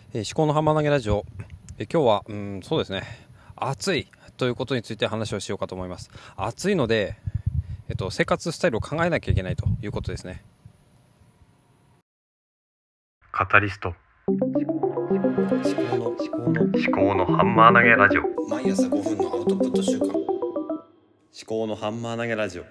思考のハンマー投げラジオ。今日はそうですね、暑いということについて話をしようかと思います。暑いので、生活スタイルを考えなきゃいけないということですね。 カタリスト思思考のハンマー投げラジオ。 考毎朝5分のアウトプット週間。 思考のハンマー投げラジオ。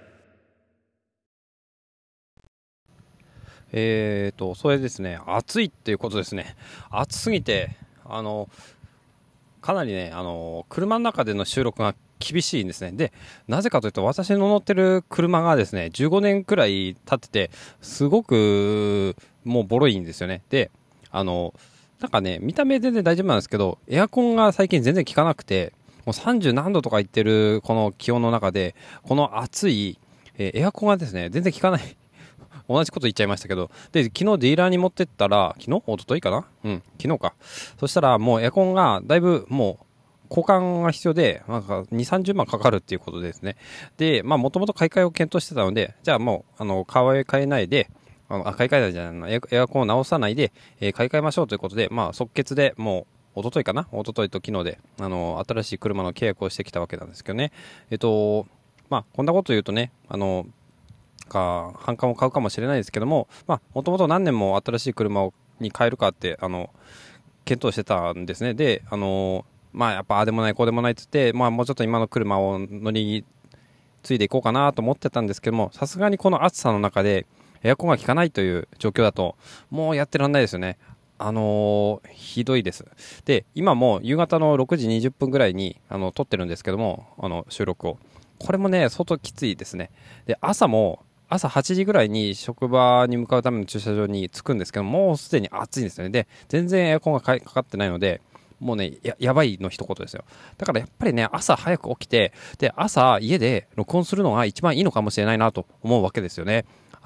それですね、暑いっていうことですね。暑すぎてかなりね、車の中での収録が厳しいんですね。で、なぜかというと、私の乗ってる車がですね、15年くらい経ってて、すごくもうボロいんですよね。で、なんかね、見た目全然大丈夫なんですけど、エアコンが最近全然効かなくて、もう30何度とかいってるこの気温の中で、この暑い、エアコンがですね、全然効かない。同じこと言っちゃいましたけど、で、昨日ディーラーに持ってったら、昨日一昨日かな、昨日か。そしたらもうエアコンがだいぶもう交換が必要で、なんか2、30万かかるっていうことですね。で、まあもともと買い替えを検討してたので、じゃあもう、買い替えないで、買い替えないじゃない、エアコンを直さないで、買い替えましょうということで、まあ即決でもう、一昨日かな一昨日と昨日で、新しい車の契約をしてきたわけなんですけどね。まあ、こんなこと言うとね、反感を買うかもしれないですけども、もともと何年も新しい車に変えるかって、検討してたんですね。で、やっぱああでもないこうでもないって言って、もうちょっと今の車を乗り継いでいこうかなと思ってたんですけども、さすがにこの暑さの中でエアコンが効かないという状況だと、もうやってらんないですよね。ひどいです。で、今も夕方の6時20分ぐらいに撮ってるんですけども、収録を。これもね、相当きついですね。で、朝8時ぐらいに職場に向かうための駐車場に着くんですけど、もうすでに暑いんですよね。で、全然エアコンがかかってないので、もうね、やばいの一言ですよ。だからやっぱりね、朝早く起きて、で、朝家で録音するのが一番いいのかもしれないなと思うわけですよね。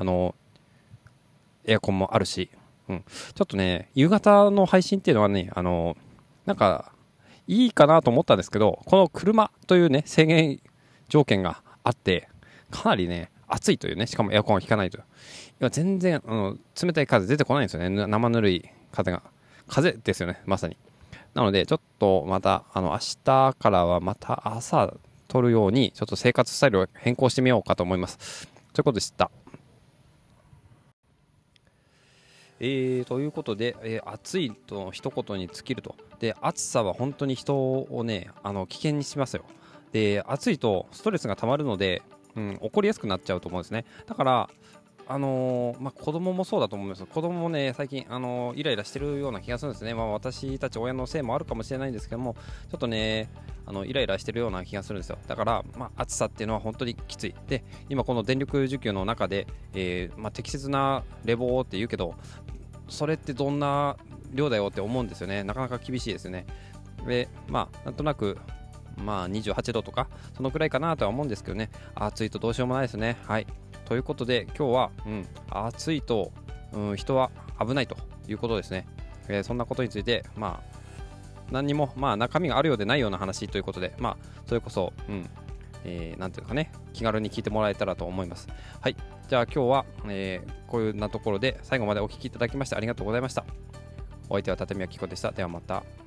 エアコンもあるし。ちょっとね、夕方の配信っていうのはね、なんか、いいかなと思ったんですけど、この車というね、制限条件があって、かなりね、暑いというね、しかもエアコンが効かないという。今全然、冷たい風出てこないんですよね。生ぬるい風が。風ですよね、まさに。なので、ちょっとまた、明日からはまた朝撮るように、ちょっと生活スタイルを変更してみようかと思います。ということでした。ということで、暑いと一言に尽きると。で、暑さは本当に人をね、危険にしますよ。で、暑いとストレスが溜まるので、怒りやすくなっちゃうと思うんですね。だから、子供もそうだと思うんです。子供もね、最近、イライラしてるような気がするんですね。私たち親のせいもあるかもしれないんですけども、ちょっとね、イライラしてるような気がするんですよ。だから、暑さっていうのは本当にきつい。で、今この電力需給の中で、適切な冷房って言うけど、それってどんな量だよって思うんですよね。なかなか厳しいですよね。で、なんとなく、28度とか、そのくらいかなとは思うんですけどね。暑いとどうしようもないですね。はい。ということで、今日は、暑いと、人は危ないということですね。そんなことについて、何にも、中身があるようでないような話ということで、それこそ、なんていうかね、気軽に聞いてもらえたらと思います。はい。じゃあ今日は、こういうなところで最後までお聞きいただきましてありがとうございました。お相手は立宮紀子でした。ではまた。